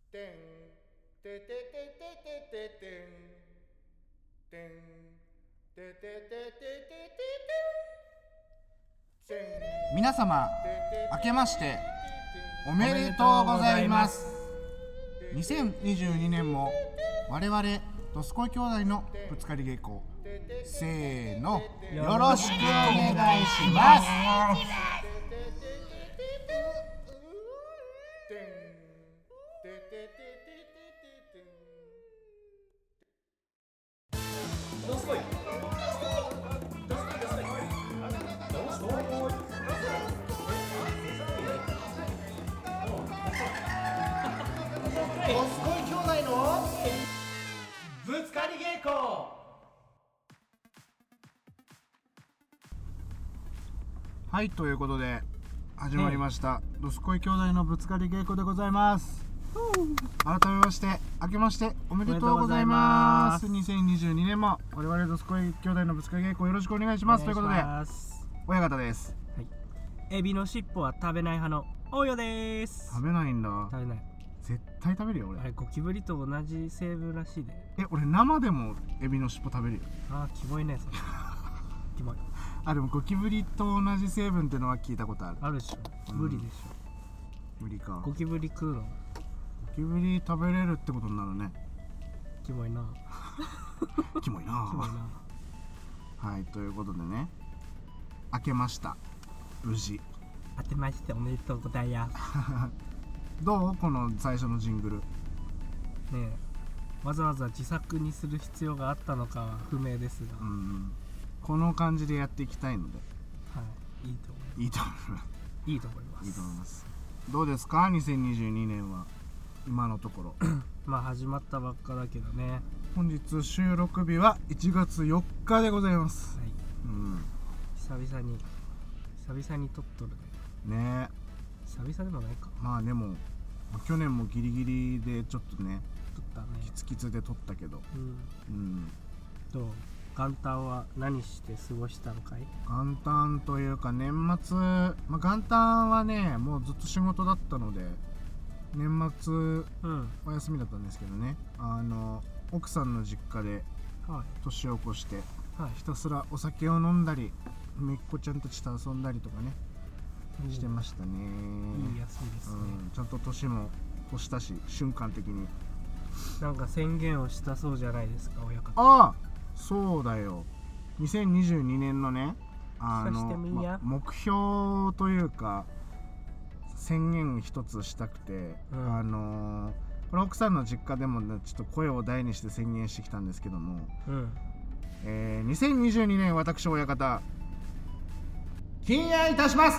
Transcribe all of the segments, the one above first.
てんててててててんてんててててててん。 皆様明けましておめでとうございます。2022年も我々どすこい兄弟のぶつかり稽古、せーの、よろしくお願いします。 どすこい兄弟のぶつかり稽古。 はい、ということで始まりました、どすこい兄弟のぶつかり稽古でございます。改めまして明けましておめでとうございます。2022年も我々どすこい兄弟のぶつかり稽古よろしくお願いします。ということで親方です。 エビの尻尾は食べない派の大代です。 食べないんだ。 食べない。 絶対食べるよ俺。 あれゴキブリと同じ成分らしいで。 俺生でもエビの尻尾食べるよ。 あーキモいねそれ。キモい。 あ、でもゴキブリと同じ成分ってのは聞いたことある。 あるでしょ。無理でしょ。 無理か。 ゴキブリ食うの。 ゴキブリ食べれるってことになるね。 キモいな。 キモいな。 キモいな。 はい、ということでね、明けました無事。 明けましておめでとうございます。 どうこの最初のジングル。 ねえ、わざわざ自作にする必要があったのかは不明ですが、 この感じでやっていきたいので、 はい、いいと思います。 いいと思います。 いいと思います。 いいと思います。どうですか2022年は今のところ。 まあ始まったばっかだけどね。 本日収録日は1月4日でございます。 はい。久々に撮っとるね。 ねえ。 久々でもないか。 まあでも去年もギリギリでちょっとね撮ったね。 キツキツで撮ったけど、 どう元旦は何して過ごしたのかい？ 元旦というか年末、元旦はねもうずっと仕事だったので年末お休みだったんですけどね、奥さんの実家で年を越して、ひたすらお酒を飲んだりめっこちゃんたちと遊んだりとかねしてましたね。 いい休みですね。 ちゃんと年も越したし瞬間的になんか宣言をしたそうじゃないですか親方。 ああそうだよ。2022年のね目標というか宣言一つしたくて、これ奥さんの実家でも、ね、ちょっと声を大にして宣言してきたんですけども、2022年私親方禁煙いたします。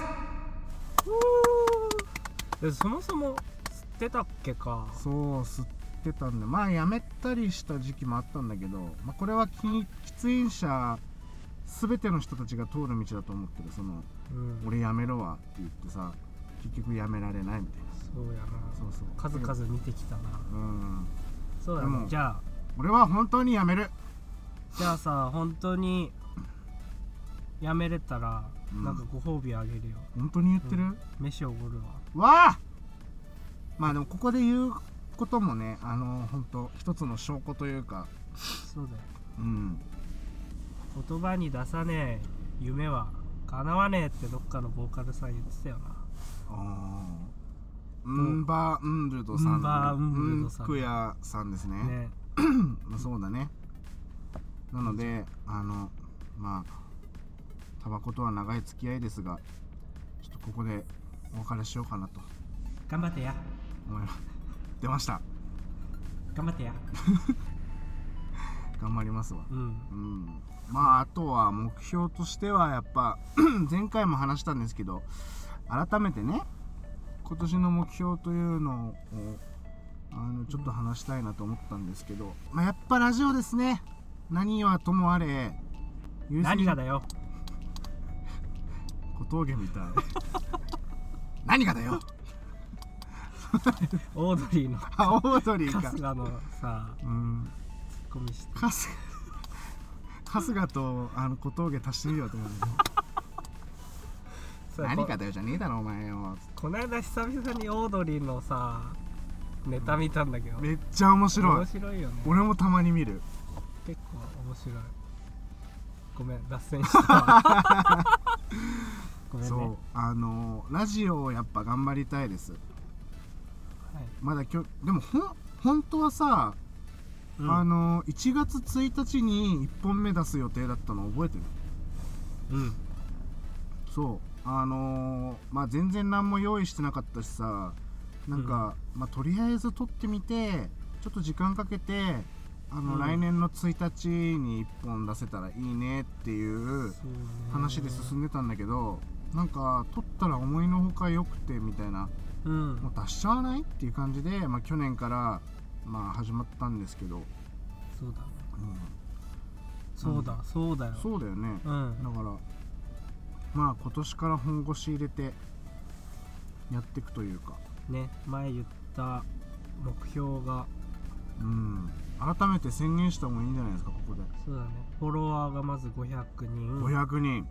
そもそも吸ってたっけか。 そう吸ってたんでやめたりした時期もあったんだけど、これは喫煙者全ての人たちが通る道だと思ってる。俺やめろわって言ってさ結局やめられないみたいな。 そうやな。 そう数々見てきたな。そうだね。じゃあ俺は本当にやめる。 じゃあさ本当にやめれたらなんかご褒美あげるよ。 本当に言ってる？ 飯おごるわ。わあ。でもここで言うこともね本当一つの証拠というか。 そうだよ。言葉に出さねえ夢は叶わねえってどっかのボーカルさん言ってたよな。 バーンブルドさん、クヤさんですね。そうだね。なのでタバコとは長い付き合いですがちょっとここでお別れしようかなと頑張ってや思います。出ました。 頑張ってや頑張りますわ。あとは目標としてはやっぱ前回も話したんですけど改めてね今年の目標というのをちょっと話したいなと思ったんですけど、やっぱラジオですね。何はともあれ何がだよ小峠みたい何がだよオードリーのオードリーか春日のさツッコミして春日と小峠足してみようと思う何かだよじゃねえだろお前よ。 この間久々にオードリーのさネタ見たんだけどめっちゃ面白い。 面白いよね。 俺もたまに見る。 結構面白い。ごめん脱線したわごめんね。 そうラジオをやっぱ頑張りたいです。 はい、 まだ今日でも本当はさ、 うん、 1月1日に1本目出す予定だったの覚えてる？ うん、 そうまあ全然何も用意してなかったしさ、なんか、まあとりあえず撮ってみてちょっと時間かけて来年の1日に1本出せたらいいねっていう話で進んでたんだけど、なんか撮ったら思いのほか良くてみたいな、 うん、 もう出しちゃわないっていう感じで、まあ、去年からまあ始まったんですけど、 そうだね、 うん、 そうだよそうだよね、 うん、 だからまあ今年から本腰入れてやっていくというかね、前言った目標が、 うん、改めて宣言した方がいいんじゃないですかここで。 そうだね、フォロワーがまず500人、 500人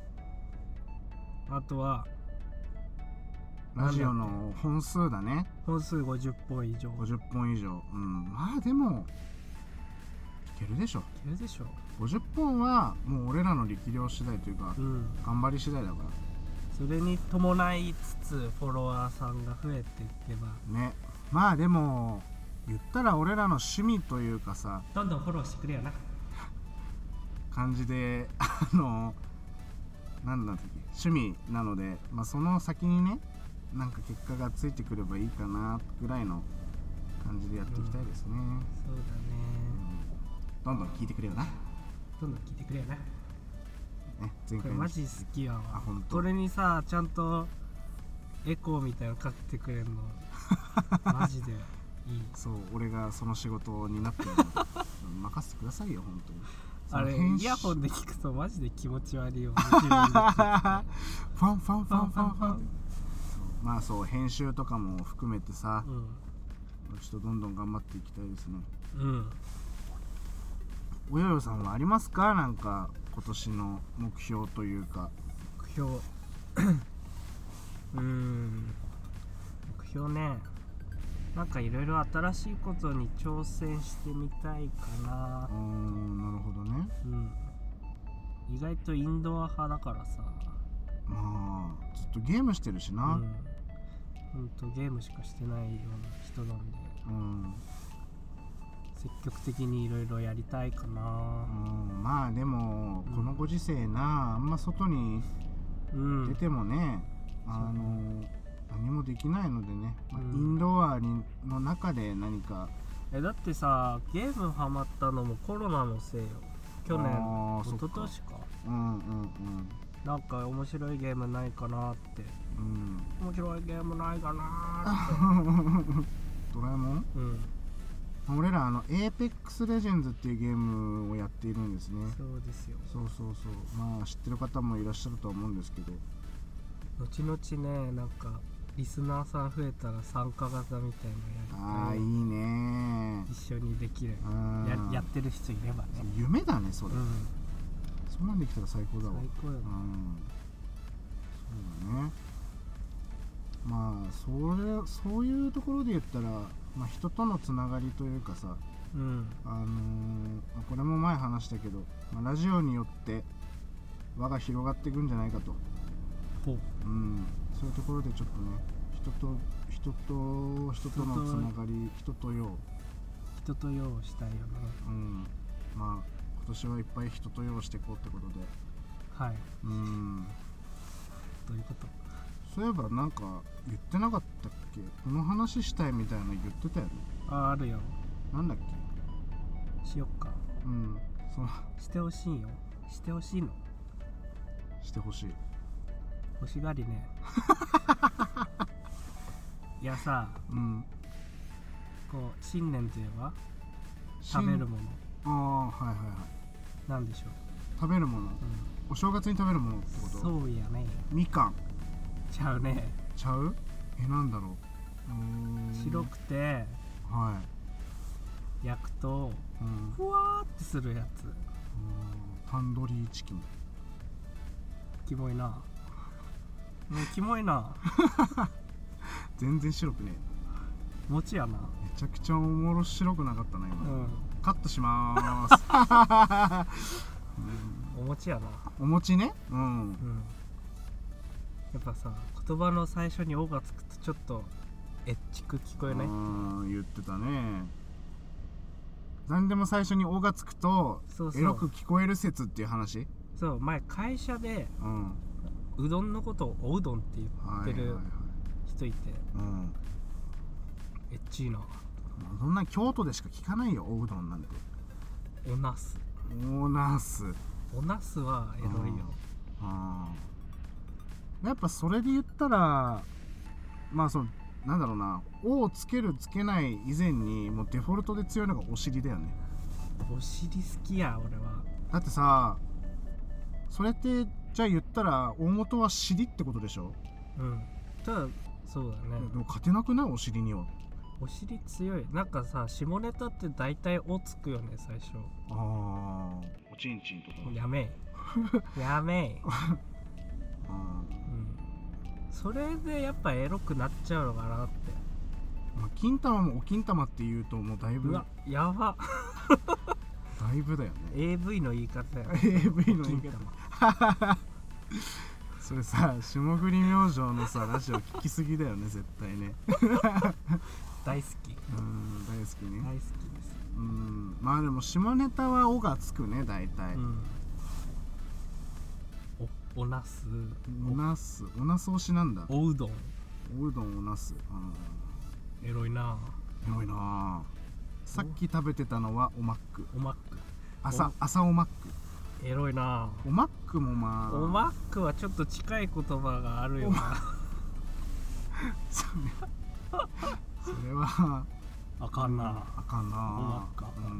あとはラジオの本数だね。 本数50本以上、 50本以上、うん、まあでもいけるでしょ。 いけるでしょ。 50本はもう俺らの力量次第というか、 うん、 頑張り次第だかそれに伴いつつフォロワーさんが増えていけばね。まあでも言ったら俺らの趣味というかさ、 どんどんフォローしてくれよな感じでなんだっけ、趣味なので、まあその先にねなんか結果がついてくればいいかなぐらいの感じでやっていきたいですね、 そうだね、 どんどん聞いてくれよな。 どんどん聞いてくれよな。 ね、前こ回れマジ好きやわ。 あ、ほんと。 これにさちゃんとエコーみたいなのかけてくれるのマジでいい。 そう、俺がその仕事になってるので任せてくださいよ本当に。 あれイヤホンで聞くとマジで気持ち悪いよ自分でファンファンファンファンファンまあそう、編集とかも含めてさ、ちょっとどんどん頑張っていきたいですね。 うん、 およよさんはありますか？なんか今年の目標というか。 目標目標ね、なんかいろいろ新しいことに挑戦してみたいかな。 なるほどね。 意外とインドア派だからさ、 まあずっとゲームしてるしな。 ほんとゲームしかしてないような人なんで、積極的にいろいろやりたいかな。 まあでもこのご時世な、あんま外に出てもね、何もできないのでね、インドアの中で何か。 だってさ、ゲームハマったのもコロナのせいよ。去年、一昨年か。なんか面白いゲームないかなって、面白いゲームないかなってドラえもん、俺らApex Legends っていうゲームをやっているんですね。 そうですよ。 そう、まあ知ってる方もいらっしゃるとは思うんですけど、 後々ね、なんかリスナーさん増えたら参加型みたいなやりたい。 いいね。 一緒にできる、やってる人いればね。 夢だねそれ、そんなんできたら最高だわ。 最高だね。 そうだね。まあそういうところで言ったら、まあ、人とのつながりというかさ、これも前話したけど、ラジオによって輪が広がっていくんじゃないかと。そういうところでちょっとね、人とのつながり、人と用したいよね。 まあ今年はいっぱい人と用していこうってことで。 はい。どういうこと？ そういえばなんか言ってなかったっけ？この話したいみたいな言ってたよね。 あるよ。 なんだっけ？ しよっか。してほしいよ。してほしいの。 してほしい。 欲しがりね。いやさ、こう新年といえば食べるもの。なんでしょう。 食べるもの。お正月に食べるものってこと？ そうやね。 みかん。 ちゃうね。 ちゃう？なんだろう。白くて、焼くとふわーってするやつ。 タンドリーチキン。 キモいな。キモいな。 全然白くね餅やな。 めちゃくちゃおもろ白くなかったな今、カットしまーすお餅やな。 お餅ね。 やっぱさ、言葉の最初に「お」がつくとちょっとエッチく聞こえない？ 言ってたね。何でも最初に「お」がつくとエロく聞こえる説っていう話。 そう、前会社で、うどんのことをおうどんって言ってる人いて、エッチいな。 そんな京都でしか聞かないよ、おうどんなんて。 おなす。 おなす。 おなすはエロいよ。 やっぱそれで言ったら、まあそのなんだろうな、おをつけるつけない以前にもうデフォルトで強いのがお尻だよね。 お尻好きや俺は。 だってさ、それってじゃあ言ったら大元は尻ってことでしょ。 ただそうだね。 でも勝てなくない？お尻には。 お尻強い。なんかさ、下ネタって大体おつくよね最初。 おちんちんとか。 やめいやめいそれでやっぱエロくなっちゃうのかなって。 金玉もお金玉って言うともうだいぶやばだいぶだよね。 AV の言い方や。 AV の言い方それさ、霜降り明星のさラジオ聞きすぎだよね絶対ね大好き。 大好きね。 大好きです。 まあでも下ネタは「お」がつくね大体。 おなす。 おなす。おなす推しなんだ。 おうどん。 おうどんおなす。 エロいな。 エロいな。さっき食べてたのはおマック。 おマック。 朝おマック。 エロいな。 おマックもまあ。 おマックはちょっと近い言葉があるよな。 それはあかんな。 あかんな。 おマックあか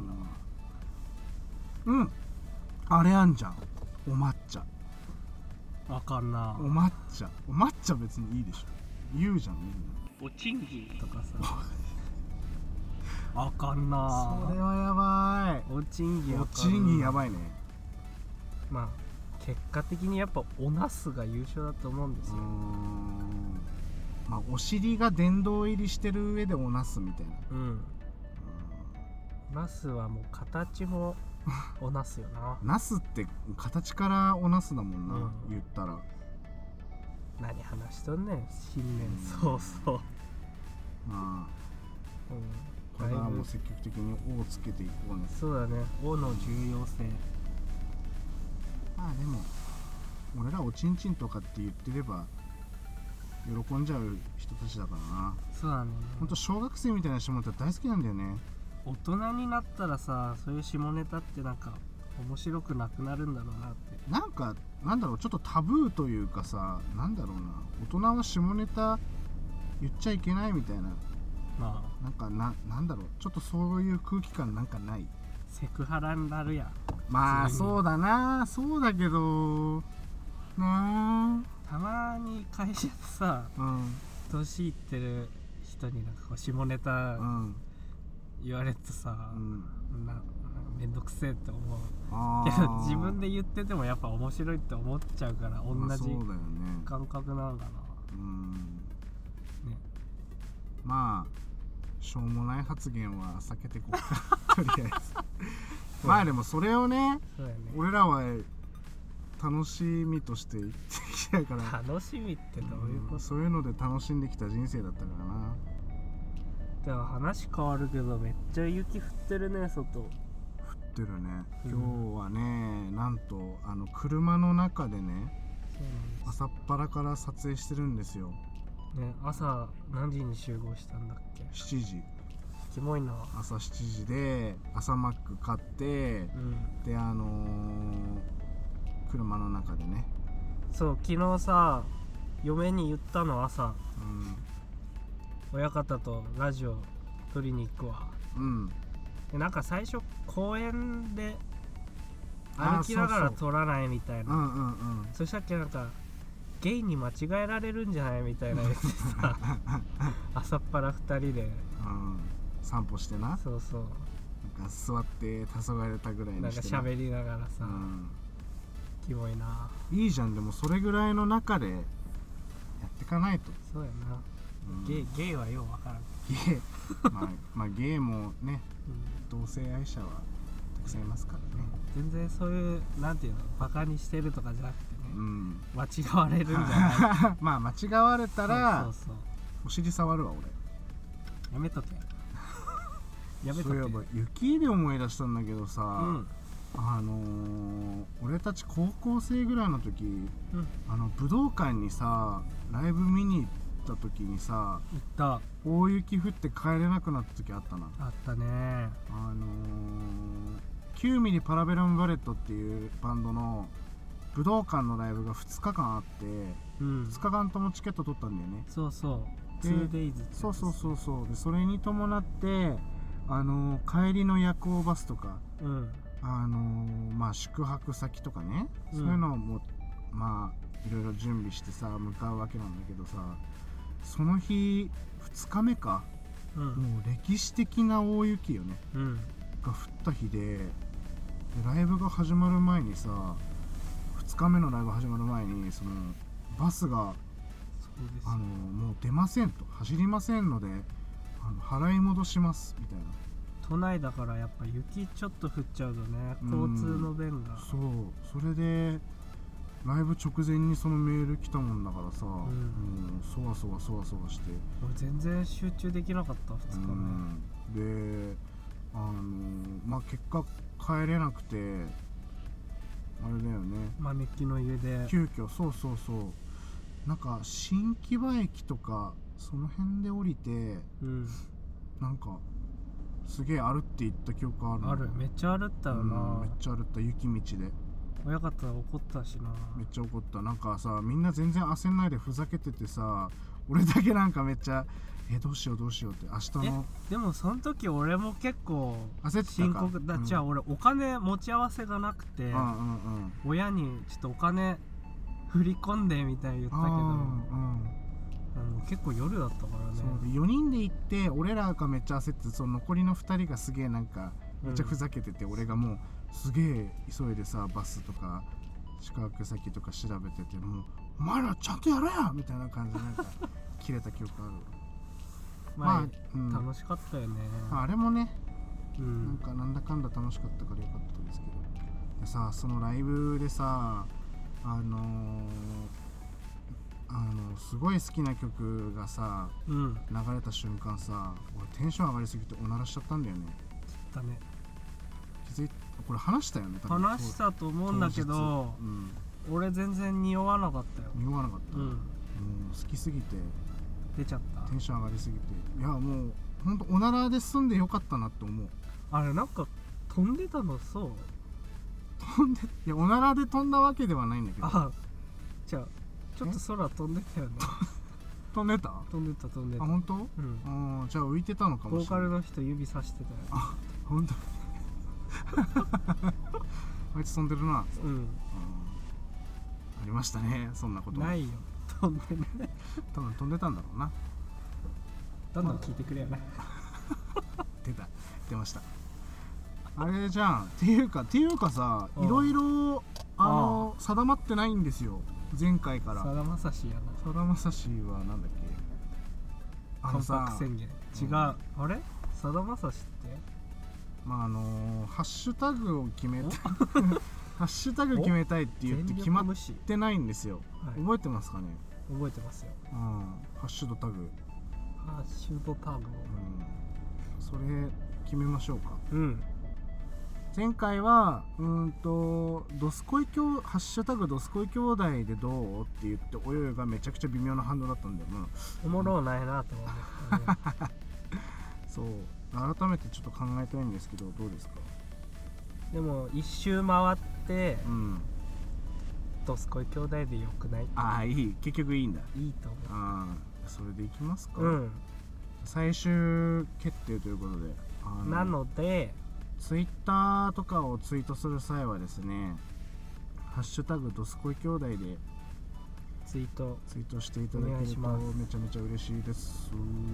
んな。あれあんじゃん。お抹茶。 あかんな。 お抹茶。お抹茶別にいいでしょ。言うじゃんみんな。 おちんぎとかさ。あかんな。 それはやばい。 おちんぎ。 おちんぎやばいね。 まあ結果的にやっぱおなすが優勝だと思うんですよ。 まあお尻が殿堂入りしてる上でおなすみたいな。 ナスはもう形もおなすよな。 ナスって形からおなすだもんな、言ったら。 何話しとんねん新年早々。 まあこれからも積極的に「お」をつけていこうね。 そうだね、おの重要性。 まあでも俺らおちんちんとかって言ってれば喜んじゃう人たちだからな。 そうだね。 ほんと小学生みたいな下ネタ大好きなんだよね。 大人になったらさ、そういう下ネタってなんか面白くなくなるんだろうなって。 なんかなんだろう、ちょっとタブーというかさ、なんだろうな、大人は下ネタ言っちゃいけないみたいな、 まあなんかなんだろう、ちょっとそういう空気感なんかない？ セクハラになるやん。 まあそうだな、そうだけどな。 たまに会社でさ、年いってる人になんかこう下ネタ言われてさ、めんどくせえって思うけど、自分で言っててもやっぱ面白いって思っちゃうから、同じ感覚なのかな。 まあしょうもない発言は避けてこうかとりあえずまあでもそれをね、俺らは楽しみとして生きてきたから。 楽しみってどういうこと？ そういうので楽しんできた人生だったからな。 でも話変わるけど、めっちゃ雪降ってるね、外。 降ってるね。今日はね、なんと車の中でね、朝っぱらから撮影してるんですよ。 ね、朝何時に集合したんだっけ？7 時。 キモいな。 朝7時で朝マック買って、で車の中でね。 そう、昨日さ嫁に言ったの、朝、親方とラジオ撮りに行くわ。でなんか最初公園で歩きながら撮らないみたいな。そしたっけ、なんかゲイに間違えられるんじゃないみたいなやつでさ朝っぱら2人で、 散歩してな。 そうそう、 なんか座って黄昏れたぐらいにしてなんか喋りながらさ、キモいな。 いいじゃん。でもそれぐらいの中でやってかないと。 そうやな、ゲイはようわからん。 ゲイもね、同性愛者はたくさんいますからね。 全然そういうなんていうのバカにしてるとかじゃなくてね、間違われるんじゃないまあ間違われたらそうお尻触るわ俺。 やめとけやめとけ。 そういえば雪で思い出したんだけどさ、俺たち高校生ぐらいの時、武道館にさライブ見に行った時にさ、 行った。 大雪降って帰れなくなった時あったな。 あったね。 9ミリパラベラムバレットっていうバンドの武道館のライブが2日間あって、2日間ともチケット取ったんだよね。 そうそう、2days ってそうでそれに伴って帰りの夜行バスとか、宿泊先とかね、そういうのもいろいろ準備してさ向かうわけなんだけどさ、その日2日目か、もう歴史的な大雪よね、が降った日でライブが始まる前にさ、2日目のライブ始まる前にそのバスがもう出ませんと、走りませんので払い戻しますみたいな。 都内だからやっぱ雪ちょっと降っちゃうとね、交通の便が、 それでライブ直前にそのメール来たもんだからさ、そわそわして俺全然集中できなかった2日目、 で結果帰れなくてあれだよね、 招きの家で急遽なんか新木場駅とかその辺で降りて、なんかすげえ歩って行った記憶ある。 めっちゃ歩ったよな、 めっちゃ歩った、雪道で。 親方怒ったしな。 めっちゃ怒った。なんかさ、みんな全然焦んないでふざけててさ、俺だけなんかめっちゃどうしようって明日の。 でもその時俺も結構焦ってたか。 深刻だ。じゃあ俺お金持ち合わせがなくて、親にちょっとお金振り込んでみたいに言ったけど、結構夜だったからね。 そう4人で行って俺らがめっちゃ焦って、その残りの2人がすげえなんかめっちゃふざけてて、俺がもうすげえ急いでさバスとか宿泊先とか調べてて、もうお前らちゃんとやれやみたいな感じでなんか切れた記憶ある。 楽しかったよね。 あれもね、なんだかんだ楽しかったからよかったですけど、でさ、そのライブでさすごい好きな曲がさ、流れた瞬間さ、俺テンション上がりすぎておならしちゃったんだよね。 だね。 これ話したよね。 話したと思うんだけど、俺全然匂わなかったよ。 匂わなかった。好きすぎて出ちゃった。 テンション上がりすぎて、いやもうほんとおならで済んでよかったなって思う。 あれなんか飛んでたの？そういやおならで飛んだわけではないんだけど。 じゃあちょっと空飛んでたよね。 飛んでた？ 飛んでた。 あ、本当？じゃあ浮いてたのかもしれない。 ボーカルの人指さしてたよ。 あ、本当。あいつ飛んでるな。ありましたね、そんなこと。 ないよ、飛んでね。 多分飛んでたんだろうな。 どんどん聞いてくれよな。 出ました。あれじゃん。っていうかさ、いろいろ定まってないんですよ、前回から。 さだまさしやな。 さだまさしはなんだっけ、 関白宣言。違う、あれさだまさしってハッシュタグを決めたハッシュタグ決めたいって言って決まってないんですよ。覚えてますかね？ 覚えてますよ。 ハッシュドタグ。 ハッシュドタグ。 それ決めましょうか。前回はドスコイハッシュタグドスコイ兄弟でどうって言っておよよがめちゃくちゃ微妙な反応だったんだよな。 おもろないなと思って、 そう、改めてちょっと考えたいんですけど、どうですか？ でも一周回ってドスコイ兄弟でよくない？ いい、結局いいんだ。 いいと思う。 それでいきますか。最終決定ということで、 なのでツイッターとかをツイートする際はですね、ハッシュタグドスコイ兄弟でツイートしていただけるとめちゃめちゃ嬉しいです。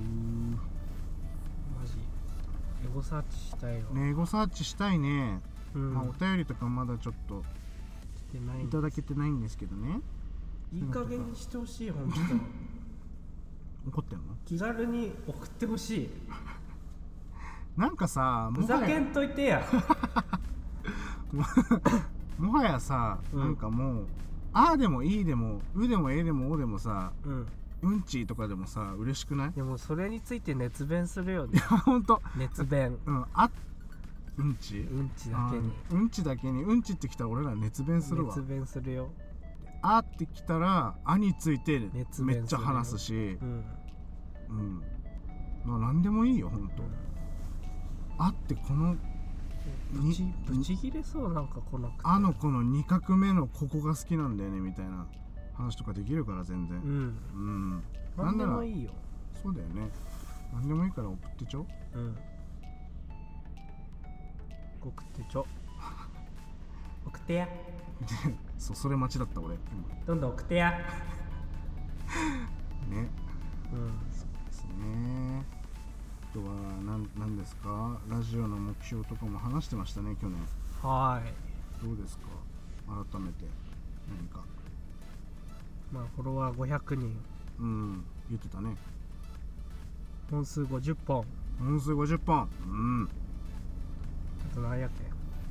マジエゴサーチしたいよね。エゴサーチしたいね。お便りとかまだちょっといただけてないんですけどね。 いい加減にしてほしい。本怒ってんの？ 気軽に送ってほしい。 なんかさ、 ふざけんといてやもはやさ、なんかもうあーでもいいでもうでもええでもおでもさ、うんちとかでもさ嬉しくない？ でもそれについて熱弁するよね。 いやほんと熱弁。 うんちだけにうんちってきたら俺ら熱弁するわ。 熱弁するよ。 あってきたらあについてめっちゃ話すし、まあ何でもいいよほんと。あってこのブチギレそうなんか来なくて、 あの子の2画目のここが好きなんだよねみたいな話とかできるから全然。 何でもいいよ。 そうだよね。何でもいいから送ってちょ。 送ってちょ送ってやそう、それ待ちだった俺どんどん送ってやね。 そうですね。あとは何ですか？ラジオの目標とかも話してましたね去年。どうですか改めて何か。 まあフォロワー500人。 言ってたね。 本数50本。 あと何やっけ。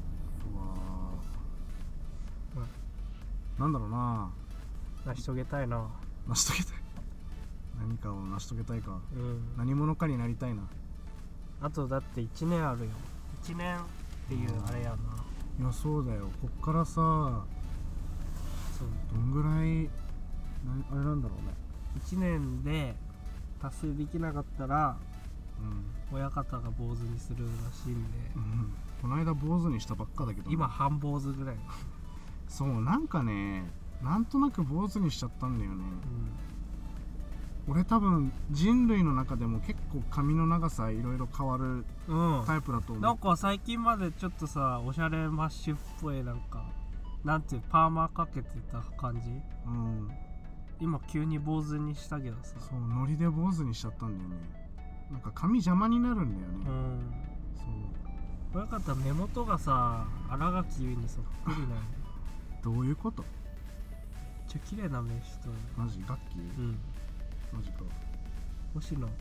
あとはなんだろうな。 成し遂げたいな。 成し遂げたい。何かを成し遂げたいか。何者かになりたいな。 あとだって1年あるよ。1年っていうあれやな。 いやそうだよ。こっからさ、どんぐらいあれなんだろうね。 1年で達成できなかったら、親方が坊主にするらしいんで、 この間坊主にしたばっかだけど、 今半坊主ぐらい。 そうなんかね、なんとなく坊主にしちゃったんだよね。俺多分人類の中でも結構髪の長さいろいろ変わるタイプだと思う。 なんか最近までちょっとさおしゃれマッシュっぽいなんていうパーマかけてた感じ。今急に坊主にしたけどさ。 そうノリで坊主にしちゃったんだよね。なんか髪邪魔になるんだよね。そう親方目元がさ新垣結衣にそっくりなの。 どういうこと？ めっちゃ綺麗な目してる。 マジガッキー？マジか。 星野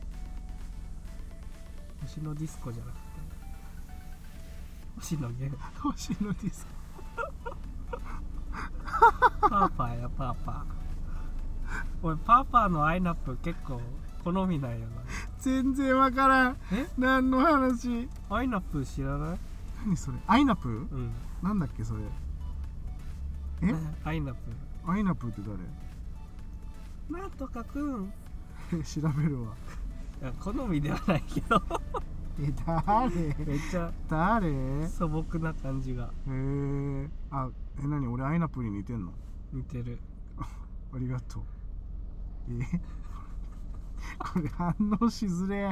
ディスコじゃなくて星野ディスコパーパーやパーパー。俺パーパーのアイナップ結構好みなんよな。 全然わからん。何の話？ アイナップ知らない？ 何それ？アイナプ？なんだっけそれ。 アイナップって誰？ なんとかくん調べるわ。 いや好みではないけど誰？ めっちゃ誰？ 素朴な感じが。 何俺アイナプに似てんの？ 似てる。 ありがとう。これ反応しづれ。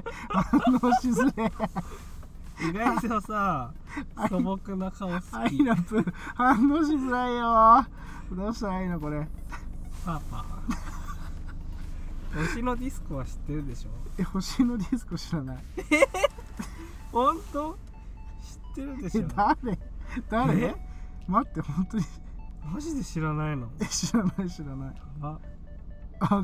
意外とさ素朴な顔好き。 アイナプ反応しづらいよ。どうしたらいいのこれ。 パーパー星野ディスコは知ってるでしょ？ 星野ディスコ知らない。 ほんと？知ってるでしょ？ 誰？待って本当にマジで知らないの？ 知らない。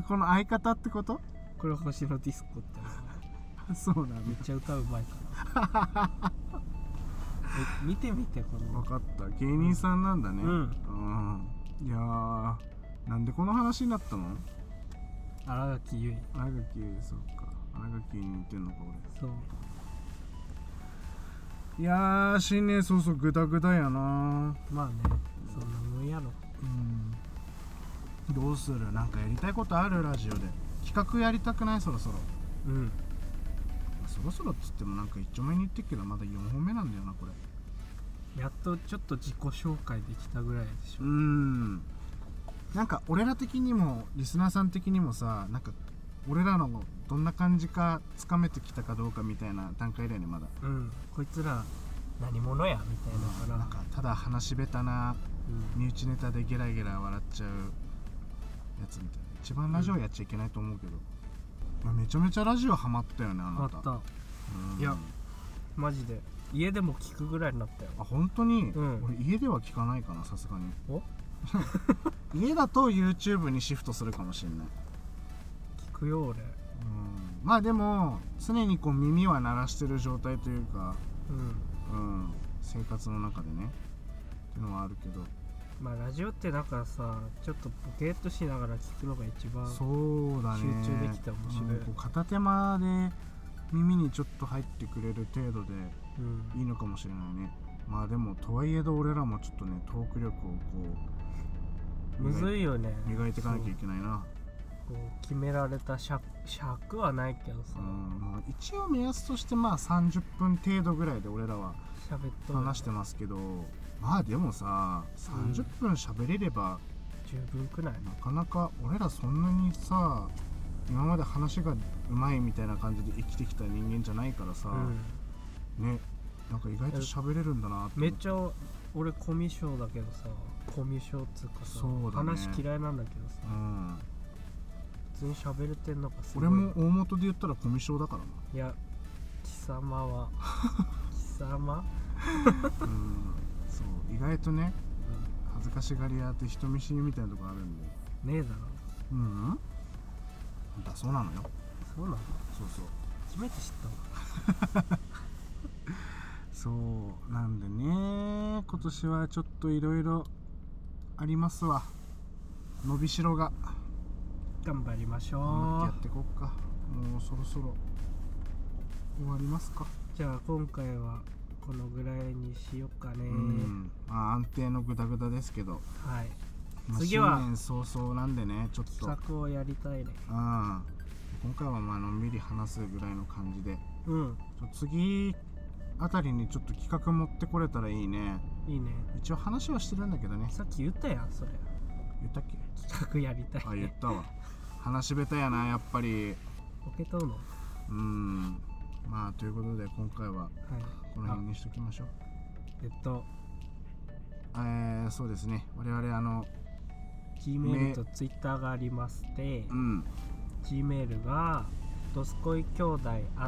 この相方ってこと？ これ星野ディスコってそうなんだ。 めっちゃ歌うまいから見てみてこの。 分かった。芸人さんなんだね。いやーなんでこの話になったの？ 新垣結衣。 そうか。新垣に似てんのか俺。 そう。 いやー新年早々グダグダやな。 まあねそんなもんやろ。 どうする？なんかやりたいことある？ラジオで企画やりたくない？そろそろ。そろそろっつってもなんか一丁前に言ってっけどまだ4本目なんだよなこれ。 やっとちょっと自己紹介できたぐらいでしょ。 なんか俺ら的にもリスナーさん的にもさ、なんか俺らのどんな感じかつかめてきたかどうかみたいな段階だよねまだ。 こいつら何者やみたいなから、 なんかただ話下手な身内ネタでゲラゲラ笑っちゃうやつみたいな。一番ラジオやっちゃいけないと思うけど、めちゃめちゃラジオハマったよねあなた。 ハマった。いやマジで家でも聞くぐらいになったよ。 本当に？俺家では聞かないかなさすがに。 お家だと YouTube にシフトするかもしれない。 聞くくよ俺。 まあでも常にこう耳は鳴らしてる状態というか、生活の中でねっていうのはあるけど、 まあラジオってだからさ、ちょっとボケーっとしながら聞くのが一番そうだね、 集中できて面白い。 こう片手間で耳にちょっと入ってくれる程度でいいのかもしれないね。まあでもとはいえど俺らもちょっとねトーク力をこうむずいよね、 磨いていかなきゃいけないな。 こう決められた尺はないけどさ、 まあ、一応目安としてまあ30分程度ぐらいで俺らは話してますけど、まあでもさ30分喋れれば十分くない？ なかなか俺らそんなにさ今まで話がうまいみたいな感じで生きてきた人間じゃないからさ、ね、なんか意外と喋れるんだなって。 めっちゃ俺コミュ障だけどさ、コミュ障っつうかさ、話嫌いなんだけどさ、普通に喋れてんのかすごい。 俺も大元で言ったらコミュ障だからな。 いや貴様は貴様そう意外とね、恥ずかしがり屋って人見知りみたいなとこあるんで。 ねえだろ。 だそうなのよ。 そうなの？ そう初めて知ったわそうなんでね、今年はちょっといろいろありますわ。伸びしろが。 頑張りましょう。 やっていこうか。もうそろそろ終わりますか。 じゃあ今回はこのぐらいにしようかね。 まあ安定のグダグダですけど、 はい、 次は新年早々なんでね、ちょっと企画をやりたいね。 今回はまあのんびり話すぐらいの感じで、次あたりにちょっと企画持ってこれたらいいね。 いいね。 一応話はしてるんだけどね。 さっき言ったやんそれ。 言ったっけ？ 企画やりたい、 言ったわ。話下手やなやっぱり。 ボケとうの？ まあということで今回はこの辺にしときましょう。そうですね、我々 Gmail と Twitter がありまして、Gmail がドスコイ兄弟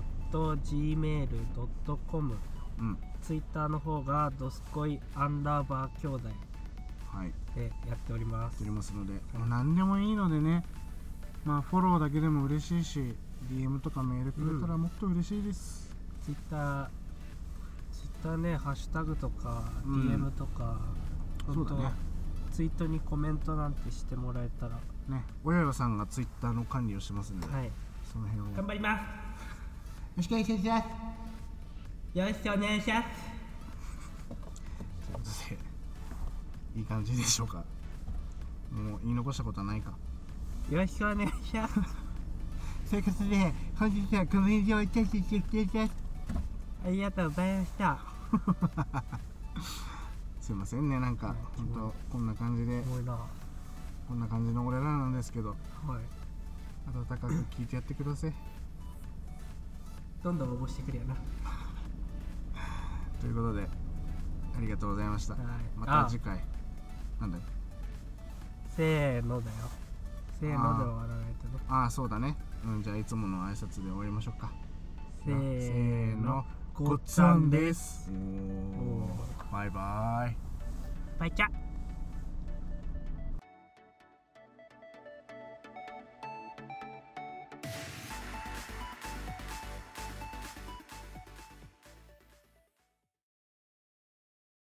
@gmail.com、Twitter の方がドスコイ_兄弟でやっております。 ので、何でもいいのでね、まあフォローだけでも嬉しいし、DM とかメールくれたらもっと嬉しいです。 Twitter ね、ハッシュタグとか DM とか、 そうだね、 ツイートにコメントなんてしてもらえたらね、おやよさんが Twitter の管理をしてますんで、その辺を頑張ります。よろしくお願いします。 よろしくお願いします。 ということでいい感じでしょうか。もう言い残したことはないか。 よろしくお願いします。 ということで本日はこの辺でおいたします。 ありがとうございました。 すいませんね、なんか本当こんな感じで、こんな感じの俺らなんですけど、温かく聞いてやってください。 どんどん応募してくれよな。 ということでありがとうございました。また次回。なんだよ。 せーのだよ。せーので終わらないとね。 そうだね。じゃあいつもの挨拶で終わりましょうか。 せーの、 ごっつぁんです。バイバイ。 バイチャ。